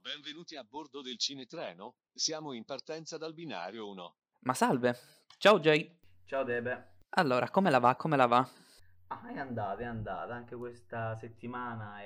Benvenuti a bordo del cinetreno. Siamo in partenza dal binario 1. Ma salve, ciao Jay. Ciao Debe. Allora, come la va? Come la va? È andata, anche questa settimana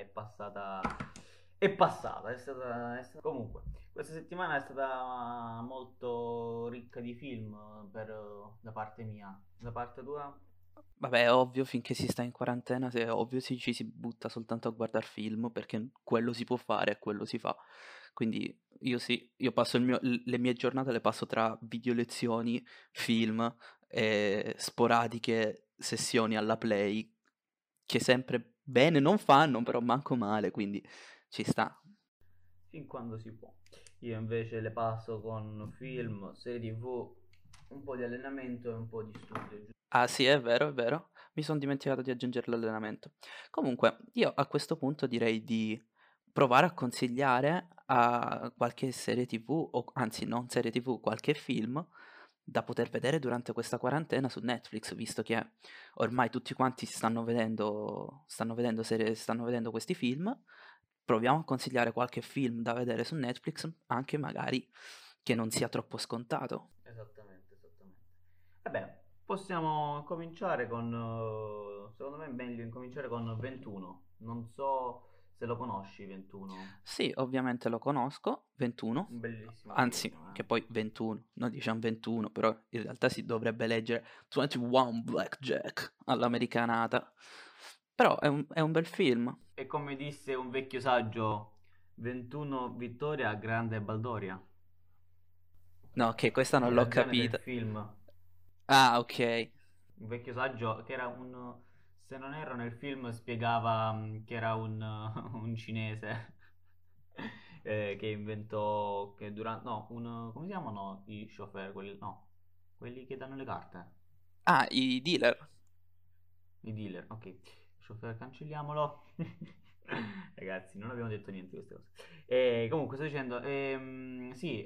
è stata. Comunque, questa settimana è stata molto ricca di film da parte mia, da parte tua? Vabbè, è ovvio, finché si sta in quarantena, se è ovvio ci si butta soltanto a guardare film, perché quello si può fare e quello si fa. Quindi io sì, io passo le mie giornate le passo tra video lezioni, film e sporadiche sessioni alla Play, che sempre bene non fanno, però manco male, quindi ci sta. Fin quando si può. Io invece le passo con film, serie TV, un po' di allenamento e un po' di studio. Ah sì, è vero, mi sono dimenticato di aggiungere l'allenamento. Comunque, io a questo punto direi di provare a consigliare a qualche serie TV, o anzi non serie TV, qualche film da poter vedere durante questa quarantena su Netflix, visto che ormai tutti quanti stanno vedendo questi film. Proviamo a consigliare qualche film da vedere su Netflix, anche magari che non sia troppo scontato. Esattamente. Vabbè, possiamo cominciare secondo me è meglio incominciare con 21. Non so se lo conosci, 21. Sì, ovviamente lo conosco, 21, Un bellissimo anzi, film, che poi 21, noi diciamo 21, però in realtà si dovrebbe leggere 21 Blackjack all'americanata. Però è un bel film. E come disse un vecchio saggio, 21 vittoria, grande Baldoria. No, ok, questa non Hai l'ho ragione del capita. film. Ah, ok. Un vecchio saggio che era se non erro nel film spiegava che era un cinese che inventò, che durante, no, come si chiamano i chauffeur, quelli, no, quelli che danno le carte, Ah, i dealer. i dealer, ok, chauffeur cancelliamolo. Ragazzi, non abbiamo detto niente di queste cose. Comunque, sto dicendo, sì,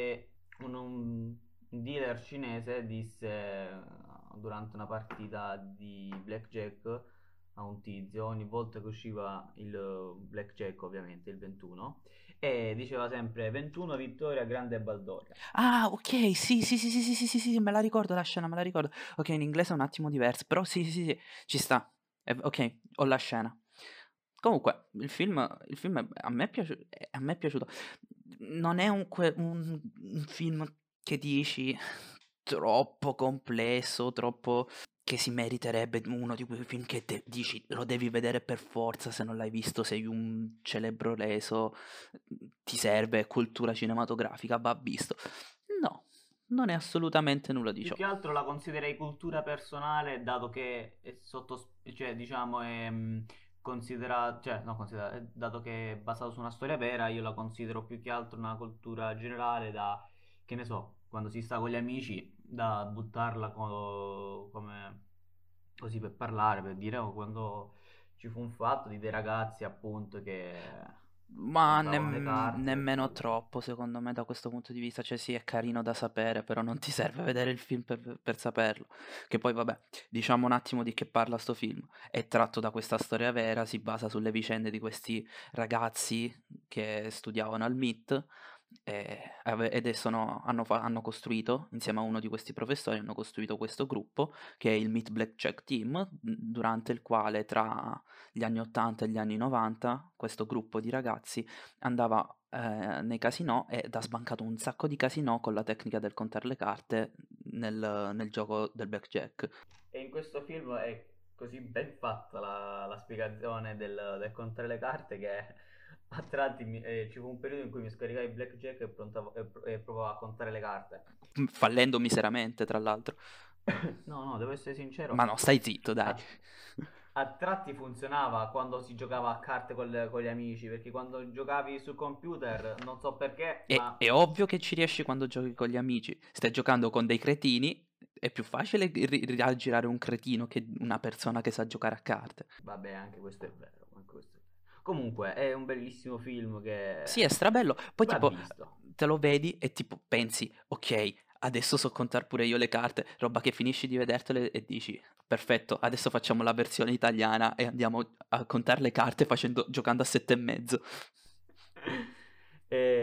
un dealer cinese disse durante una partita di blackjack a un tizio, ogni volta che usciva il blackjack, ovviamente il 21, e diceva sempre 21 vittoria, grande Baldoria. Ah, ok, sì, me la ricordo la scena, me la ricordo. Ok, in inglese è un attimo diverso, però sì, ci sta. Ok, ho la scena. Comunque, il film a me è piaciuto. Non è un film che dici troppo complesso, troppo che si meriterebbe uno di quei film che dici lo devi vedere per forza, se non l'hai visto sei un celebro leso, ti serve cultura cinematografica, va visto. No, non è assolutamente nulla di Più ciò. che altro la considerei cultura personale, dato che è cioè, diciamo, è considerato, cioè, no, dato che è basato su una storia vera, io la considero più che altro una cultura generale che ne so, quando si sta con gli amici, da buttarla come, così per parlare, per dire, oh, quando ci fu un fatto di dei ragazzi, appunto, che Ma contavano le carte e nemmeno così. troppo, secondo me, da questo punto di vista. Cioè, sì, è carino da sapere, però non ti serve vedere il film per saperlo. Che poi, vabbè, diciamo un attimo di che parla sto film. È tratto da questa storia vera, si basa sulle vicende di questi ragazzi che studiavano al MIT hanno costruito, insieme a uno di questi professori, hanno costruito questo gruppo che è il MIT Blackjack Team, durante il quale tra gli anni 80 e gli anni 90 questo gruppo di ragazzi andava nei casinò ed ha sbancato un sacco di casinò con la tecnica del contare le carte nel gioco del blackjack. E in questo film è così ben fatta la spiegazione del contare le carte che a tratti ci fu un periodo in cui mi scaricai Blackjack e provavo a contare le carte. Fallendo miseramente, tra l'altro. No, no, devo essere Ma sincero. no, stai zitto, dai. A, a tratti funzionava quando si giocava a carte con gli amici, perché quando giocavi sul computer, non so perché, ma È ovvio che ci riesci quando giochi con gli amici. Stai giocando con dei cretini, è più facile raggirare un cretino che una persona che sa giocare a carte. vabbè, anche questo è vero. Anche questo è vero. Comunque, è un bellissimo film Sì, è strabello. Poi che va tipo visto. te lo vedi e tipo pensi, ok, adesso so contare pure io le carte, roba che finisci di vedertele e dici, perfetto, adesso facciamo la versione italiana e andiamo a contare le carte giocando a 7 e mezzo.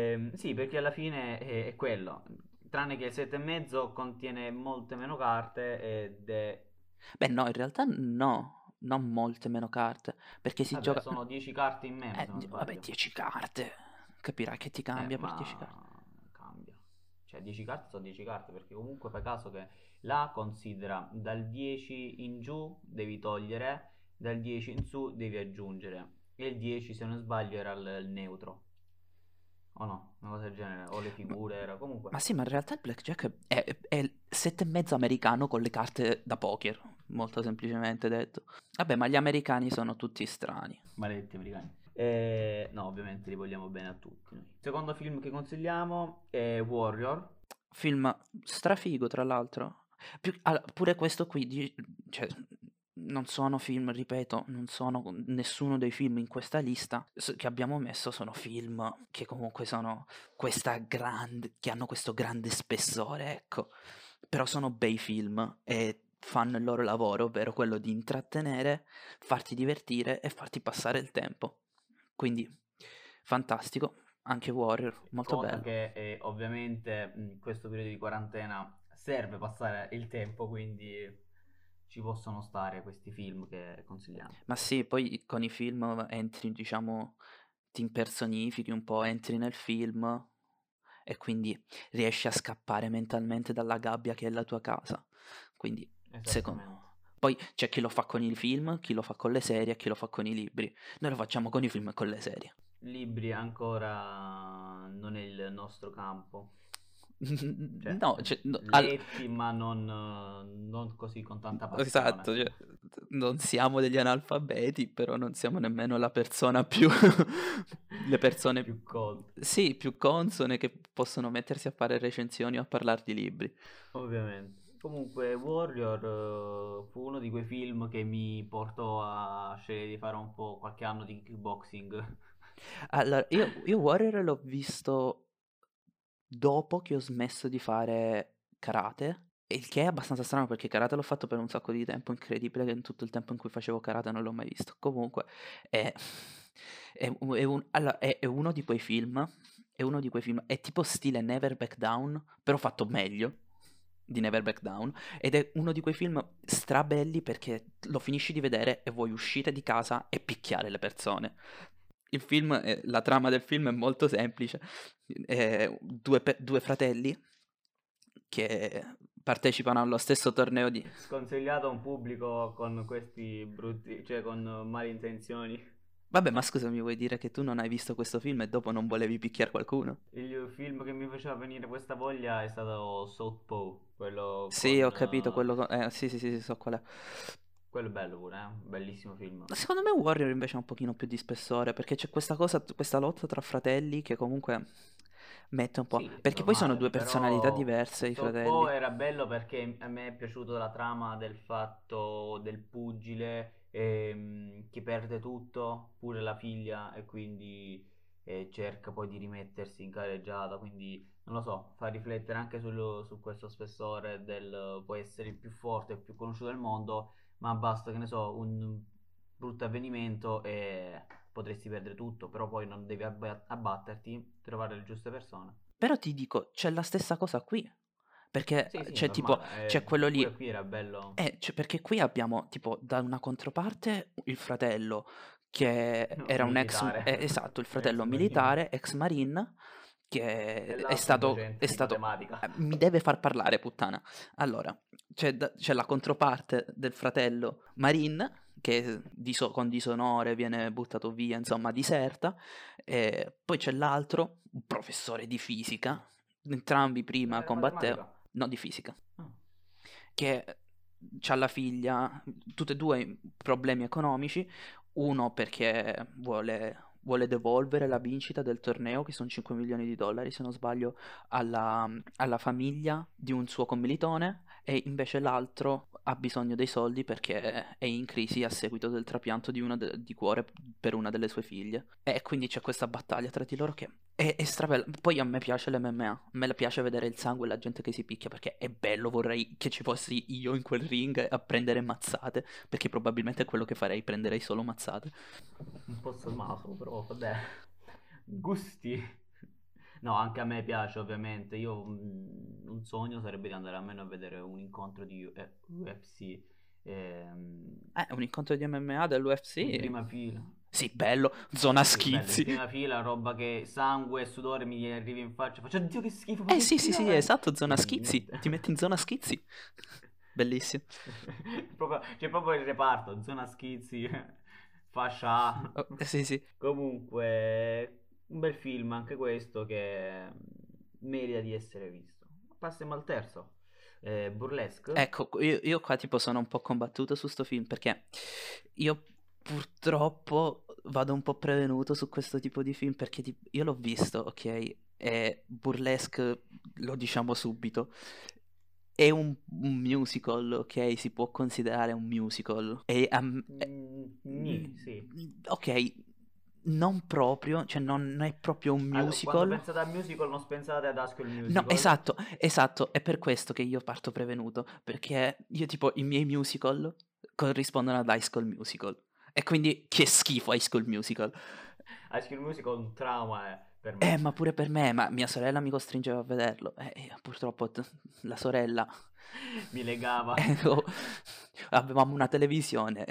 Sì, perché alla fine è quello. Tranne che il 7,5 contiene molte meno carte ed è... Beh, no, in realtà no, non molte meno carte, perché si Vabbè, gioca... sono 10 carte in meno se non Vabbè, sbaglio. 10 carte, capirai che ti cambia per 10 carte. Ma cambia. Cioè 10 carte sono 10 carte perché comunque fai caso che la considera dal 10 in giù devi togliere, dal 10 in su devi aggiungere. E il 10 se non sbaglio era il neutro. O no, una cosa del genere. O le Ma, figure era comunque. ma sì, ma in realtà il blackjack è il 7,5 americano con le carte da poker, molto semplicemente detto. Vabbè, ma gli americani sono tutti strani. Maledetti americani. No, ovviamente li vogliamo bene a tutti noi. Secondo film che consigliamo è Warrior. Film strafigo, tra l'altro. Pure questo qui, cioè, non sono film, ripeto, non sono nessuno dei film in questa lista che abbiamo messo sono film che comunque sono che hanno questo grande spessore, ecco. Però sono bei film e fanno il loro lavoro, ovvero quello di intrattenere, farti divertire e farti passare il tempo. Quindi, fantastico. Anche Warrior, molto Conta bello. che ovviamente in questo periodo di quarantena serve passare il tempo, quindi ci possono stare questi film che consigliamo. Ma sì, poi con i film entri, diciamo, ti impersonifichi un po', entri nel film e quindi riesci a scappare mentalmente dalla gabbia che è la tua casa. Quindi, Esattamente. secondo... Poi c'è chi lo fa con i film, chi lo fa con le serie e chi lo fa con i libri. Noi lo facciamo con i film e con le serie. Libri ancora non è il nostro campo. Cioè, No, no, letti ma non così con tanta passione. esatto, cioè, non siamo degli analfabeti, però non siamo nemmeno la persona più... le persone, Più colto. sì, più consone che possono mettersi a fare recensioni o a parlare di libri. Ovviamente. Comunque, Warrior fu uno di quei film che mi portò a scegliere di fare un po' qualche anno di kickboxing. Allora, io Warrior l'ho visto dopo che ho smesso di fare karate, il che è abbastanza strano perché karate l'ho fatto per un sacco di tempo, incredibile che in tutto il tempo in cui facevo karate non l'ho mai visto. Comunque, è, allora, è uno di quei film, è uno di quei film, è tipo stile Never Back Down, però fatto meglio di Never Back Down, ed è uno di quei film strabelli perché lo finisci di vedere e vuoi uscire di casa e picchiare le persone. La trama del film è molto semplice. Due fratelli che partecipano allo stesso torneo di... Sconsigliato a un pubblico con questi brutti, cioè con malintenzioni. Vabbè, ma scusa, mi vuoi dire che tu non hai visto questo film e dopo non volevi picchiare qualcuno? Il film che mi faceva venire questa voglia è stato Southpaw, quello Sì, ho con... capito quello... sì, sì, sì, sì, so qual è. quello è bello pure, bellissimo film. Secondo me Warrior invece ha un pochino più di spessore, perché c'è questa cosa, questa lotta tra fratelli che comunque mette un po'... Sì, Perché poi sono normale, due personalità però diverse, i Southpaw fratelli. era bello perché a me è piaciuta la trama del fatto del pugile che perde tutto, pure la figlia, e quindi cerca poi di rimettersi in carreggiata, quindi non lo so, fa riflettere anche su questo spessore del puoi essere il più forte, il più conosciuto del mondo, ma basta che ne so, un brutto avvenimento e potresti perdere tutto, però poi non devi abbatterti, trovare le giuste persone. Però ti dico, c'è la stessa cosa qui. Perché Sì, sì, è c'è tipo, normale, c'è quello pure lì. qui era bello Perché qui abbiamo tipo da una controparte il fratello che era un ex, militare, esatto, il ex fratello marine, militare, ex marine, che e è l'altro stato, docente di matematica. mi deve far parlare, puttana. Allora, c'è la controparte del fratello marine che con disonore viene buttato via, insomma, diserta, e poi c'è l'altro, un professore di fisica, entrambi prima Era combattevano, matematica? no, di fisica, Ah. che ha la figlia, tutte e due problemi economici, uno perché vuole devolvere la vincita del torneo, che sono 5 milioni di dollari, se non sbaglio, alla famiglia di un suo commilitone, e invece l'altro ha bisogno dei soldi perché è in crisi a seguito del trapianto di cuore per una delle sue figlie. E quindi c'è questa battaglia tra di loro che è strabella. Poi a me piace l'MMA, a me piace vedere il sangue e la gente che si picchia perché è bello, vorrei che ci fossi io in quel ring a prendere mazzate, perché probabilmente è quello che farei, prenderei solo mazzate. Un po' smaso, però vabbè. Gusti. No, anche a me piace ovviamente. Io un sogno sarebbe di andare almeno a vedere un incontro di UFC Un incontro di MMA in dell'UFC? prima fila. Sì, bello, zona Sì, bello, in schizzi. prima fila, roba che sangue e sudore mi arriva in faccia. Faccio, Dio che schifo, ma Eh che sì, sì, sì, schifo. esatto, zona E schizzi. niente. Ti metti in zona schizzi. Bellissimo. C'è proprio il reparto, zona schizzi, fascia A. Oh, sì, sì. Comunque, un bel film anche questo che merita di essere visto. Passiamo al terzo, Burlesque. Ecco, io qua tipo sono un po' combattuto su sto film perché io purtroppo vado un po' prevenuto su questo tipo di film perché io l'ho visto, ok? E Burlesque, lo diciamo subito, è un musical, ok? Si può considerare un musical. Sì. Ok, non proprio, cioè non è proprio un Allora, quando musical. pensate al musical non pensate ad High School No, Musical. esatto, esatto, è per questo che io parto prevenuto, perché io tipo i miei musical corrispondono ad High School Musical. E quindi che schifo High School Musical. High School Musical è un trauma per me. Ma pure per me, ma mia sorella mi costringeva a vederlo. Purtroppo la sorella. Mi legava. Avevamo una televisione,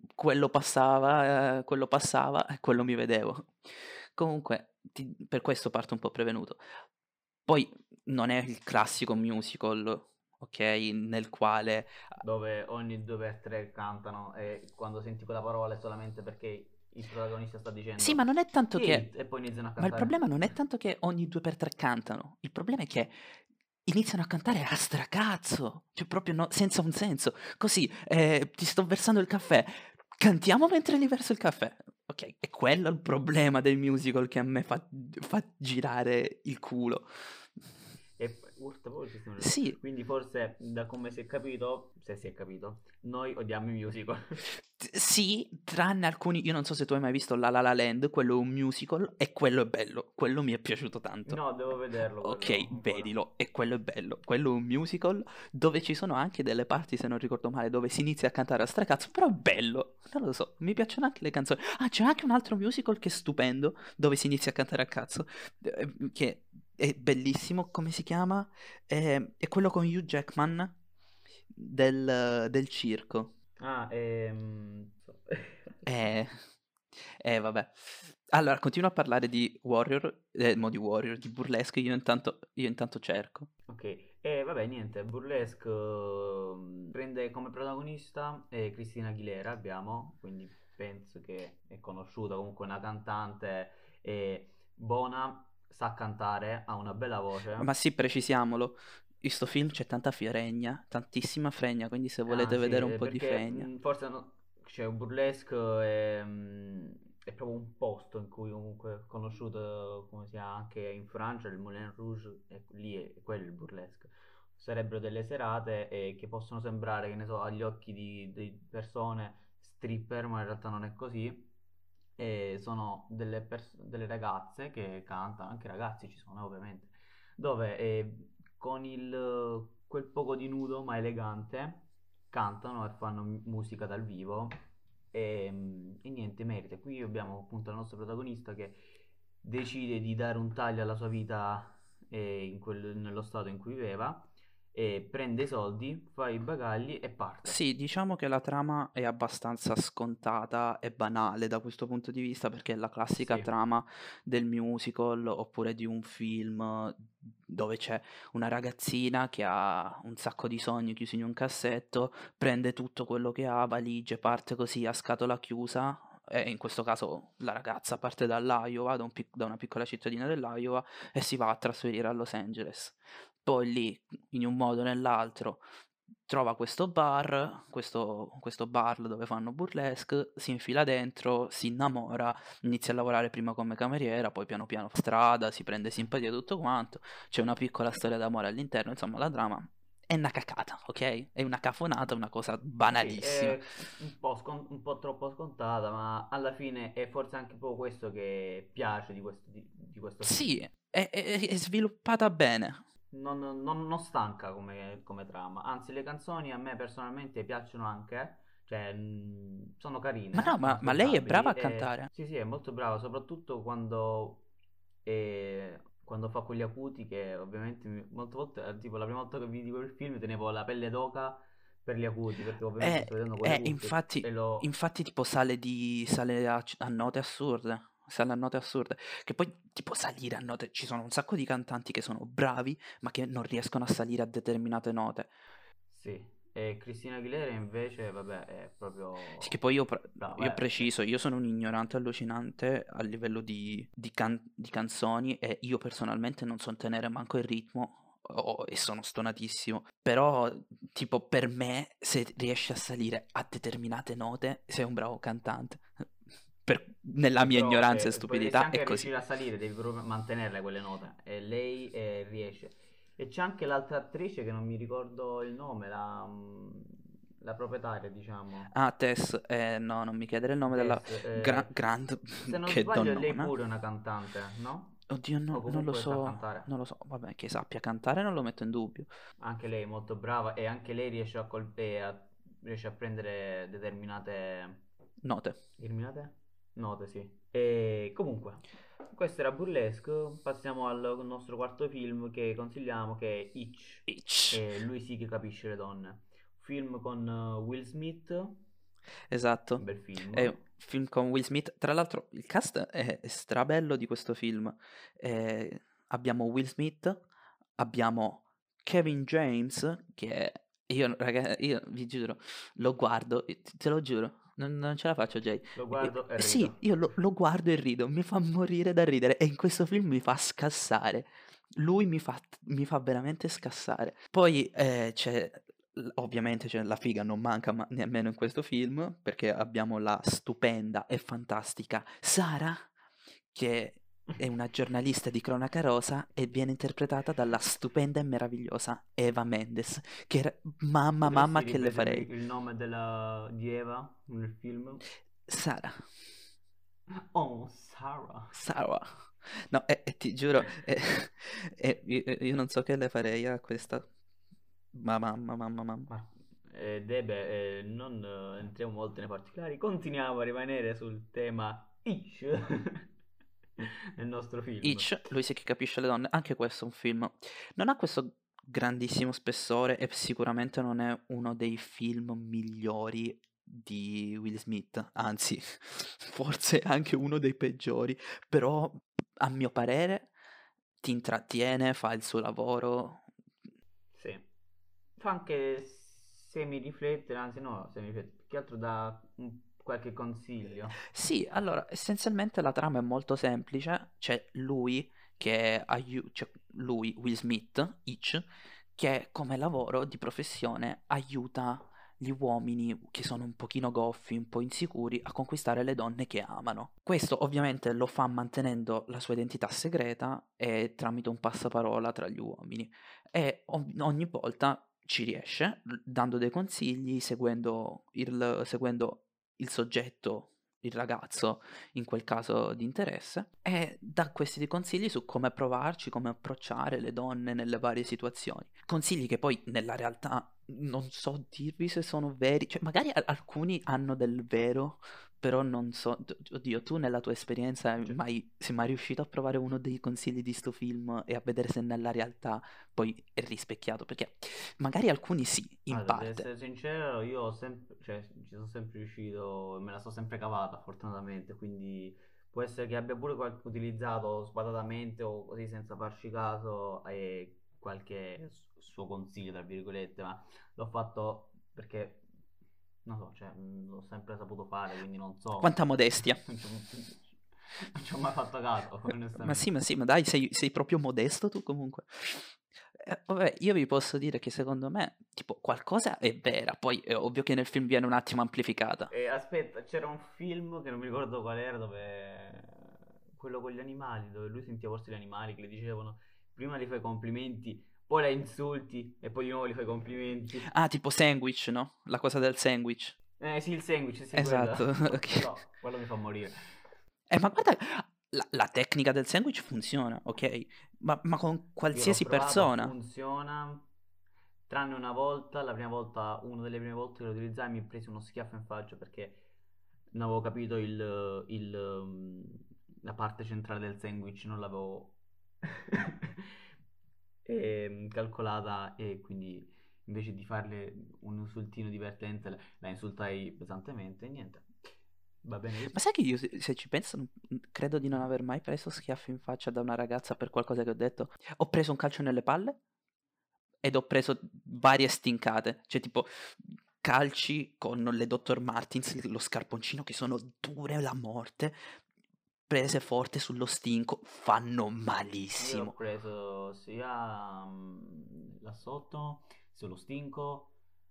quello passava e quello mi vedevo. Comunque, per questo parto un po' prevenuto. Poi non è il classico musical, ok, nel quale. Dove ogni 2 per 3 cantano e quando senti quella parola è solamente perché il protagonista sta Sì, dicendo ma non è tanto che. Kate e poi iniziano a Ma il cantare. problema non è tanto che ogni 2x3 cantano, il problema è che iniziano a cantare a stracazzo, cioè proprio senza un senso. Così, ti sto versando il caffè, cantiamo mentre gli verso il caffè. Ok, è quello il problema del musical che a me fa girare il culo. E urta poi il sistema nervoso. Sì, Quindi forse da come si è capito, se si è capito, noi odiamo i musical. sì, tranne alcuni. Io non so se tu hai mai visto La La La Land, quello è un musical e quello è bello, quello mi è piaciuto tanto. No, devo vederlo quello Ok, ancora. vedilo, e quello è bello. Quello è un musical dove ci sono anche delle parti, se non ricordo male, dove si inizia a cantare a stracazzo, però è bello. Non lo so, mi piacciono anche le canzoni. Ah, c'è anche un altro musical che è stupendo, dove si inizia a cantare a cazzo, che è bellissimo. Come si chiama? È quello con Hugh Jackman del circo. Ah, Eh, vabbè. Allora, continuo a parlare di Warrior, di Warrior, di Burlesque, io intanto cerco. Ok, e vabbè, niente, Burlesque prende come protagonista Cristina Aguilera, abbiamo, quindi penso che è conosciuta, comunque una cantante buona, sa cantare, ha una bella Ma voce. sì, precisiamolo, in sto film c'è tanta fregna, tantissima fregna, quindi se Ah volete sì, vedere un po' di perché fregna. forse cioè, Burlesque è proprio un posto in cui comunque è conosciuto, come si chiama, anche in Francia, il Moulin Rouge, e lì è quello il Burlesque. Sarebbero delle serate che possono sembrare, che ne so, agli occhi di persone stripper, ma in realtà non è così. E sono delle ragazze che cantano, anche ragazzi ci sono ovviamente, dove con quel poco di nudo ma elegante cantano e fanno musica dal vivo e niente, merita. Qui abbiamo appunto il nostro protagonista che decide di dare un taglio alla sua vita nello stato in cui viveva e prende i soldi, fa i bagagli e parte. Sì, diciamo che la trama è abbastanza scontata e banale da questo punto di vista perché è la classica Sì, trama del musical oppure di un film dove c'è una ragazzina che ha un sacco di sogni chiusi in un cassetto, prende tutto quello che ha, valigie, parte così a scatola chiusa. E in questo caso la ragazza parte dall'Iowa, da una piccola cittadina dell'Iowa, e si va a trasferire a Los Angeles. Poi lì, in un modo o nell'altro, trova questo bar dove fanno burlesque, si infila dentro, si innamora, inizia a lavorare prima come cameriera, poi piano piano fa strada, si prende simpatia e tutto quanto, c'è una piccola storia d'amore all'interno, insomma la trama è una cacata, ok? È una cafonata, una cosa sì, banalissima. è un po' troppo scontata, ma alla fine è forse anche un po' questo che piace di questo film. Sì, è sviluppata bene. Non stanca come trama, anzi le canzoni a me personalmente piacciono anche, cioè sono Ma no, carine, sono ma lei è brava ascoltabili a cantare. sì sì è molto brava, soprattutto quando quando fa quegli acuti che ovviamente molte volte, tipo la prima volta che vidi quel film tenevo la pelle d'oca per gli acuti, perché ovviamente sto vedendo con le cuffie e lo... infatti tipo sale a note assurde. Sale a note assurde. Che poi tipo salire a note. Ci sono un sacco di cantanti che sono bravi, ma che non riescono a salire a determinate note. Sì, e Cristina Aguilera invece, vabbè, è Sì, che proprio poi brava, io cioè, preciso, io sono un ignorante allucinante a livello di canzoni e io personalmente non so tenere manco il ritmo e sono stonatissimo. Però, tipo, per me, se riesci a salire a determinate note, sei un bravo cantante. Nella sì, mia però ignoranza e potresti stupidità è anche così. riuscire a salire, devi proprio mantenerle quelle note, e lei riesce. E c'è anche l'altra attrice che non mi ricordo il nome, la proprietaria, diciamo, Ah, Tess, no, non mi chiedere il nome della Tess, Grand, se non che sbaglio lei donnona. pure è una cantante, no? Oddio, O non lo comunque sa so, cantare. non lo so, vabbè, che sappia cantare non lo metto in dubbio. Anche lei è molto brava e anche lei riesce riesce a prendere Note. determinate note, sì. E comunque, questo era Burlesque. Passiamo al nostro quarto film che consigliamo, che è Hitch. Itch. E lui sì che capisce le donne. Un film con Will Smith, un Esatto. bel È un film. film con Will Smith. Tra l'altro, il cast è strabello di questo film. Abbiamo Will Smith, abbiamo Kevin James, io vi giuro, lo guardo, te lo giuro, non ce la faccio, Jay. Lo guardo e Sì, rido. io lo guardo e rido, mi fa morire da ridere e in questo film mi fa scassare. Lui mi fa veramente scassare. Poi ovviamente la figa non manca nemmeno in questo film, perché abbiamo la stupenda e fantastica Sara, che è una giornalista di cronaca rosa e viene interpretata dalla stupenda e meravigliosa Eva Mendes, che Potresti mamma che le ripetermi farei. il nome di Eva nel film? Sara, Oh, Sarah. Sara. No, e ti giuro, io non so che le farei a questa. Ma mamma. Ma Debe, non entriamo molto nei particolari, continuiamo a rimanere sul tema Itch nel nostro film. Hitch, lui sì che capisce le donne, anche questo è un film. Non ha questo grandissimo spessore e sicuramente non è uno dei film migliori di Will Smith, anzi, forse è anche uno dei peggiori, però a mio parere ti intrattiene, fa il suo lavoro. Sì. Fa anche semi-riflettere, anzi no, semi-riflettere, più che altro dà qualche consiglio. Sì, allora, essenzialmente la trama è molto semplice, c'è lui c'è lui, Will Smith, Hitch, che come lavoro di professione aiuta gli uomini che sono un pochino goffi, un po' insicuri, a conquistare le donne che amano. Questo ovviamente lo fa mantenendo la sua identità segreta e tramite un passaparola tra gli uomini. E ogni volta ci riesce, dando dei consigli, seguendo il soggetto, il ragazzo, in quel caso di interesse, e dà questi consigli su come provarci, come approcciare le donne nelle varie situazioni. Consigli che poi nella realtà non so dirvi se sono veri, cioè magari alcuni hanno del vero, però non so, oddio, tu nella tua esperienza Cioè, sei mai riuscito a provare uno dei consigli di sto film e a vedere se nella realtà poi è rispecchiato? Perché magari alcuni sì, in allora, devo parte. essere sincero, io ho sempre, cioè, ci sono sempre riuscito, me la sono sempre cavata, fortunatamente, quindi può essere che abbia pure utilizzato sbadatamente o così senza farci caso qualche suo consiglio, tra virgolette, ma l'ho fatto perché, non so, cioè, l'ho sempre saputo fare, quindi non so, Quanta modestia. non ci ho mai fatto caso, onestamente. Ma sì, ma dai, sei proprio modesto tu comunque. Vabbè, io vi posso dire che secondo me, tipo, qualcosa è vera, poi è ovvio che nel film viene un attimo amplificata. E aspetta, c'era un film che non mi ricordo qual era, dove quello con gli animali, dove lui sentiva forse gli animali che le dicevano prima gli fai complimenti, poi la insulti e poi di nuovo gli fai complimenti. Ah, tipo sandwich, no? La cosa del sandwich. Sì, il sandwich, sì, quella. Esatto, ok. Quello mi fa morire. Ma guarda, la tecnica del sandwich funziona, ok? Ma con Io l'ho qualsiasi provato, persona. funziona. Tranne una volta, la prima volta, una delle prime volte che lo utilizzai mi presi uno schiaffo in faccia perché non avevo capito la parte centrale del sandwich, non l'avevo calcolata e quindi invece di farle un insultino divertente la insultai pesantemente e niente. Va bene così. Ma sai che io, se ci penso, credo di non aver mai preso schiaffi in faccia da una ragazza per qualcosa che ho detto. Ho preso un calcio nelle palle ed ho preso varie stincate, cioè tipo calci con le Dr. Martins, lo scarponcino, che sono dure la morte, prese forte sullo stinco, fanno Io l'ho malissimo. preso sia là sotto, sullo stinco,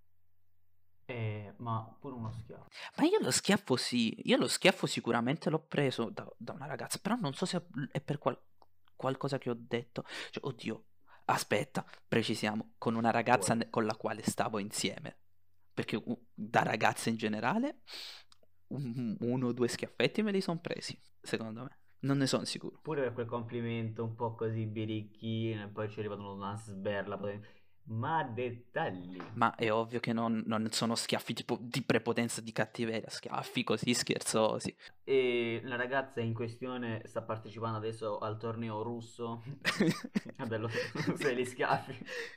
ma pure uno schiaffo. Ma io lo schiaffo sì, io lo schiaffo sicuramente l'ho preso da una ragazza, però non so se è per qualcosa che ho detto. Cioè, oddio, aspetta, precisiamo, con una ragazza Poi. con la quale stavo insieme. Perché da ragazze in generale, uno o due schiaffetti me li sono presi, secondo me. Non ne sono sicuro. Pure per quel complimento un po' così birichino e poi ci è arrivata una sberla ma dettagli. Ma è ovvio che non sono schiaffi tipo di prepotenza, di cattiveria, schiaffi così scherzosi. E la ragazza in questione sta partecipando adesso al torneo russo. Vabbè, lo sai gli schiaffi.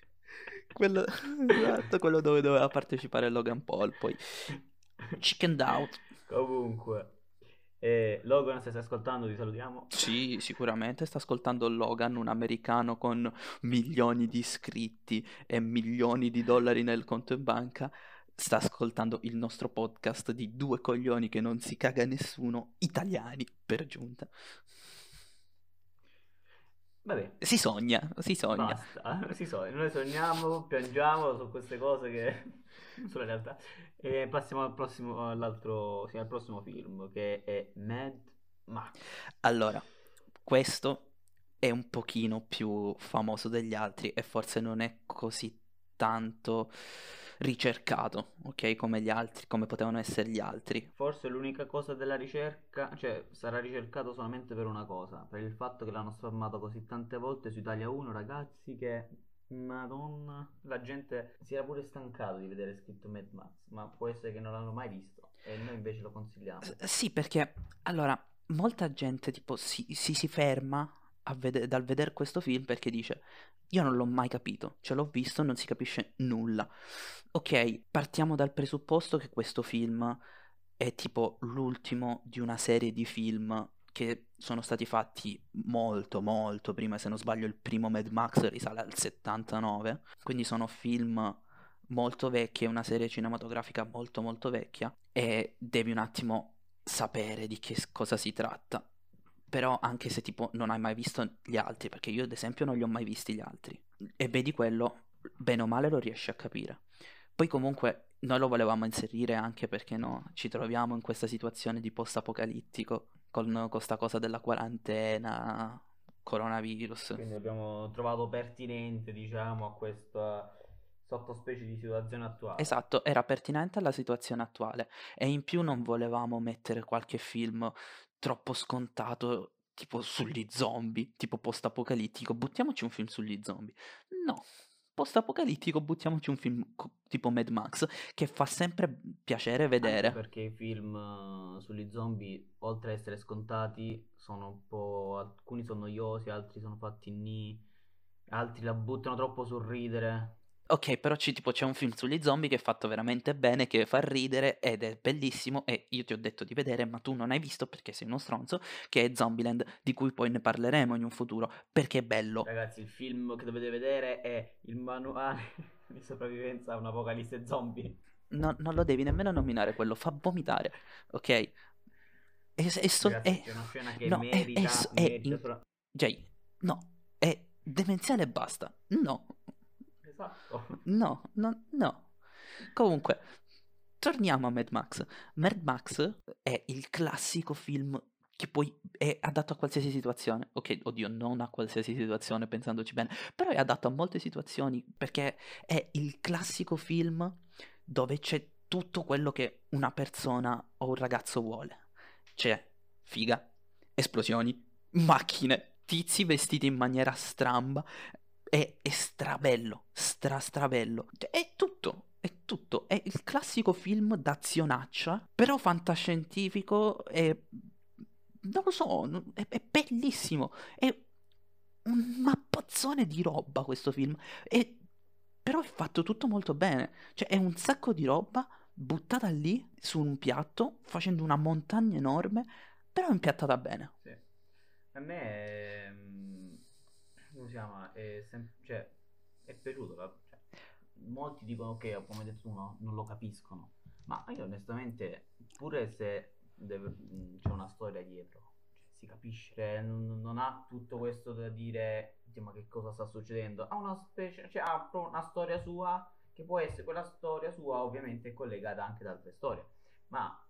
Esatto, quello dove doveva partecipare Logan Paul, poi chickened out. Comunque, Logan, se stai ascoltando, ti salutiamo. Sì, sicuramente sta ascoltando Logan, un americano con milioni di iscritti e milioni di dollari nel conto in banca. Sta ascoltando il nostro podcast di due coglioni che non si caga nessuno, italiani per giunta. Vabbè, Si sogna. basta. Noi sogniamo, piangiamo su queste cose che sono realtà. E passiamo al prossimo, al prossimo film, che è Mad Max. Allora, questo è un pochino più famoso degli altri e forse non è così tanto ricercato, ok? Come gli altri, come potevano essere gli altri. Forse l'unica cosa della ricerca, cioè sarà ricercato solamente per una cosa, per il fatto che l'hanno spammato così tante volte su Italia 1, ragazzi, che Madonna, la gente si era pure stancato di vedere scritto Mad Max, ma può essere che non l'hanno mai visto e noi invece lo consigliamo. Sì, perché allora molta gente tipo si ferma dal vedere questo film perché dice io non l'ho mai capito, ce l'ho visto, non si capisce nulla. Ok, partiamo dal presupposto che questo film è tipo l'ultimo di una serie di film che sono stati fatti molto molto prima, se non sbaglio il primo Mad Max risale al 79, quindi sono film molto vecchi, è una serie cinematografica molto molto vecchia e devi un attimo sapere di che cosa si tratta. Però anche se tipo non hai mai visto gli altri, perché io ad esempio non li ho mai visti gli altri, e vedi quello, bene o male lo riesci a capire. Poi comunque noi lo volevamo inserire anche perché no, ci troviamo in questa situazione di post-apocalittico, con questa cosa della quarantena, coronavirus. Quindi abbiamo trovato pertinente, diciamo, a questa sottospecie di situazione attuale. Esatto, era pertinente alla situazione attuale e in più non volevamo mettere qualche film troppo scontato, tipo sugli zombie, tipo post-apocalittico, buttiamoci un film sugli zombie. No, post-apocalittico, buttiamoci un film tipo Mad Max, che fa sempre piacere Anche vedere. perché i film sugli zombie, oltre a essere scontati, sono un po'. Alcuni sono noiosi, altri sono fatti altri la buttano troppo sul ridere. Ok, però c'è un film sugli zombie che è fatto veramente bene, che fa ridere ed è bellissimo e io ti ho detto di vedere, ma tu non hai visto perché sei uno stronzo, che è Zombieland, di cui poi ne parleremo in un futuro, perché è bello. Ragazzi, il film che dovete vedere è il manuale di sopravvivenza a un'apocalisse zombie. Non lo devi nemmeno nominare quello, fa vomitare, ok? Ragazzi, c'è una scena che no, merita Jay, no, è demenziale e basta. No, Esatto. no. Comunque, torniamo a Mad Max. Mad Max è il classico film che poi è adatto a qualsiasi situazione. Ok, oddio, non a qualsiasi situazione, pensandoci bene, però è adatto a molte situazioni perché è il classico film dove c'è tutto quello che una persona o un ragazzo vuole. C'è figa, esplosioni, macchine, tizi vestiti in maniera stramba. È strabello, strabello. È tutto. È il classico film d'azionaccia, però fantascientifico e non lo so, è bellissimo. un mappazzone di roba questo film, però è fatto tutto molto bene, cioè è un sacco di roba buttata lì su un piatto, facendo una montagna enorme, però impiattata bene. Sì. A me come si chiama? Cioè, è piaciuto. Cioè, molti dicono ok, come hai detto tu, no, non lo capiscono. Ma io onestamente, pure se c'è una storia dietro, cioè, si capisce, cioè, non ha tutto questo da dire, "Oddio, ma che cosa sta succedendo?" Ha una specie, cioè, ha proprio una storia sua, che può essere quella storia sua, ovviamente è collegata anche ad altre storie. Ma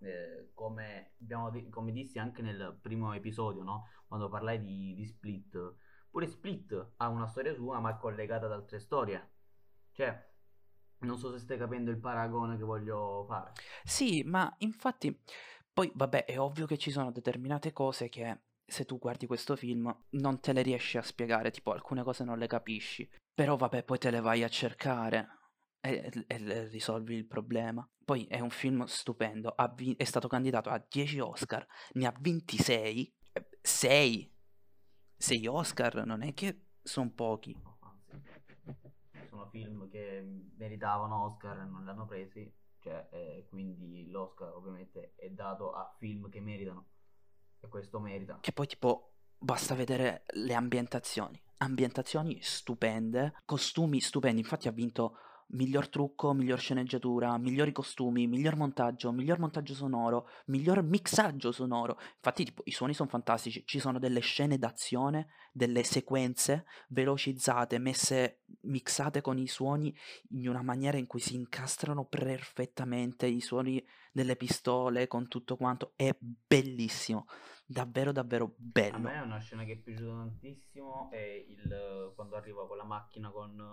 come dissi anche nel primo episodio, no? Quando parlai di Split, pure Split ha una storia sua, ma è collegata ad altre storie. Cioè, non so se stai capendo il paragone che voglio fare. Sì, ma infatti, poi vabbè, è ovvio che ci sono determinate cose che se tu guardi questo film non te le riesci a spiegare, tipo alcune cose non le capisci, però vabbè, poi te le vai a cercare e risolvi il problema. Poi è un film stupendo, è stato candidato a 10 Oscar, ne ha vinti 6, 6, 6 Oscar, non è che sono pochi. No, anzi, sono film che meritavano Oscar e non li hanno presi. Cioè, quindi l'Oscar ovviamente è dato a film che meritano. E questo merita. Che poi tipo basta vedere le ambientazioni stupende, costumi stupendi, infatti ha vinto miglior trucco, miglior sceneggiatura, migliori costumi, miglior montaggio sonoro, miglior mixaggio sonoro. Infatti tipo i suoni sono fantastici, ci sono delle scene d'azione, delle sequenze velocizzate, mixate con i suoni in una maniera in cui si incastrano perfettamente i suoni delle pistole con tutto quanto, è bellissimo. Davvero, davvero A me bello. è una scena che è piaciuta tantissimo è quando arriva con la macchina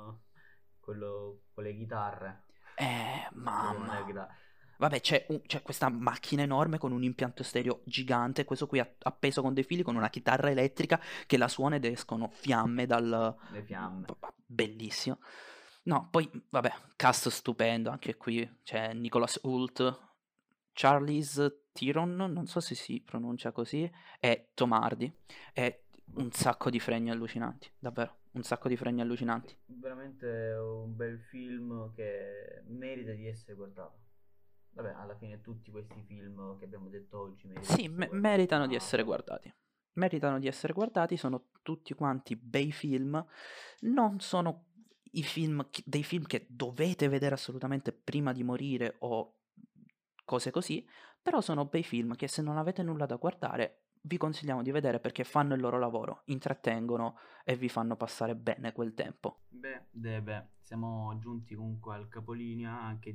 con le chitarre. Quello non è Mamma. chitarra. Vabbè, c'è questa macchina enorme con un impianto stereo gigante, questo qui appeso con dei fili, con una chitarra elettrica che la suona ed escono fiamme dal... Le fiamme. Bellissimo. No, poi, vabbè, cast stupendo, anche qui c'è Nicholas Hoult, Charlize Theron, non so se si pronuncia così, e Tom Hardy. E un sacco di fregni allucinanti, davvero, un sacco di fregni Sì, allucinanti. veramente un bel film che merita di essere guardato. Vabbè, alla fine tutti questi film che abbiamo detto oggi meritano di Sì, essere guardati, meritano di ma essere guardati. Meritano di essere guardati, sono tutti quanti bei film. Non sono dei film che dovete vedere assolutamente prima di morire o cose così, però sono bei film che se non avete nulla da guardare vi consigliamo di vedere perché fanno il loro lavoro, intrattengono e vi fanno passare bene quel tempo. beh, siamo giunti comunque al capolinea anche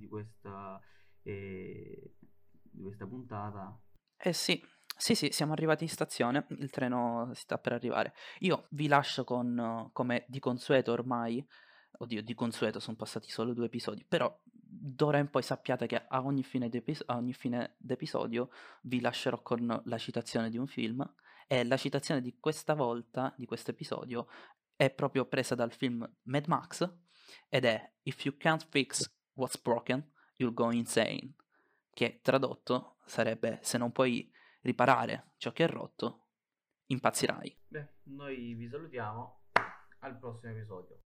di questa puntata. Eh sì, sì, sì, siamo arrivati in stazione, il treno sta per arrivare. Io vi lascio con, come di consueto ormai, oddio, di consueto sono passati solo 2 episodi, però d'ora in poi sappiate che a ogni fine d'episodio vi lascerò con la citazione di un film e la citazione di questa volta, di questo episodio, è proprio presa dal film Mad Max ed è If you can't fix what's broken, you'll go insane, che tradotto sarebbe se non puoi riparare ciò che è rotto, impazzirai. Beh, noi vi salutiamo al prossimo episodio.